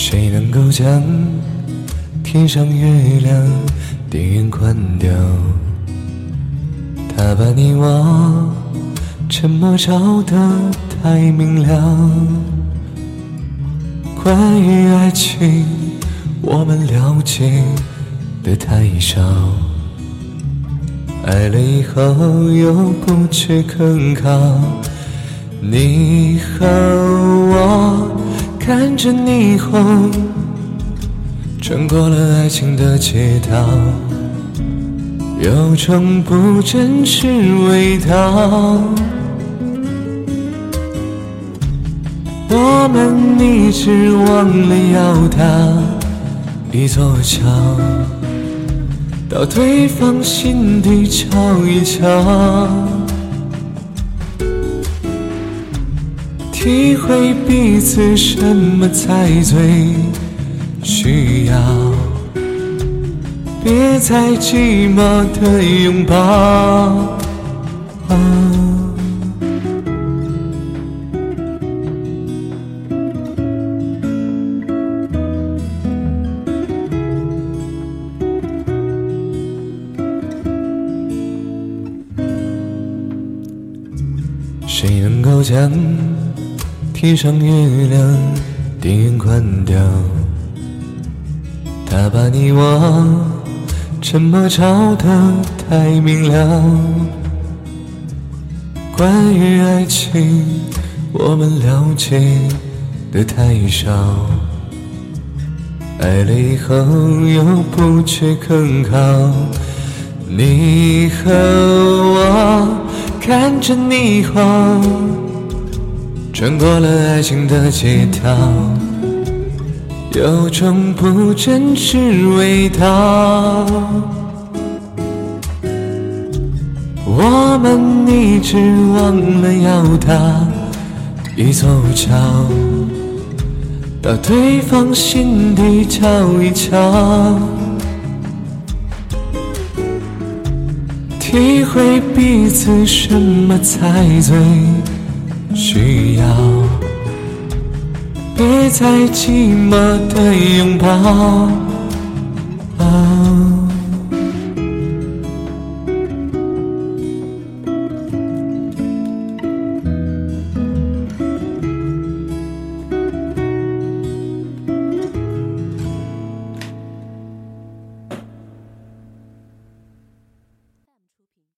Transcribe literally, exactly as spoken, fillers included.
谁能够将天上月亮电源关掉？他把你我沉默照得太明了。关于爱情，我们了解的太少，爱了以后又不去更靠。你和我看着霓虹，穿过了爱情的街道，有种不真实味道。我们一直忘了要搭一座桥，到对方心底瞧一瞧，体会彼此什么才最需要，别再寂寞的拥抱。啊谁能够将天上月亮电源关掉？他把你我沉默照得太明了。关于爱情，我们了解的太少，爱了以后又不去更靠。你和我看着霓虹，穿过了爱情的街道，有种不真实味道。我们一直忘了要搭一座桥，到对方心底瞧一瞧，体会彼此什么才最需要，别再寂寞的拥抱。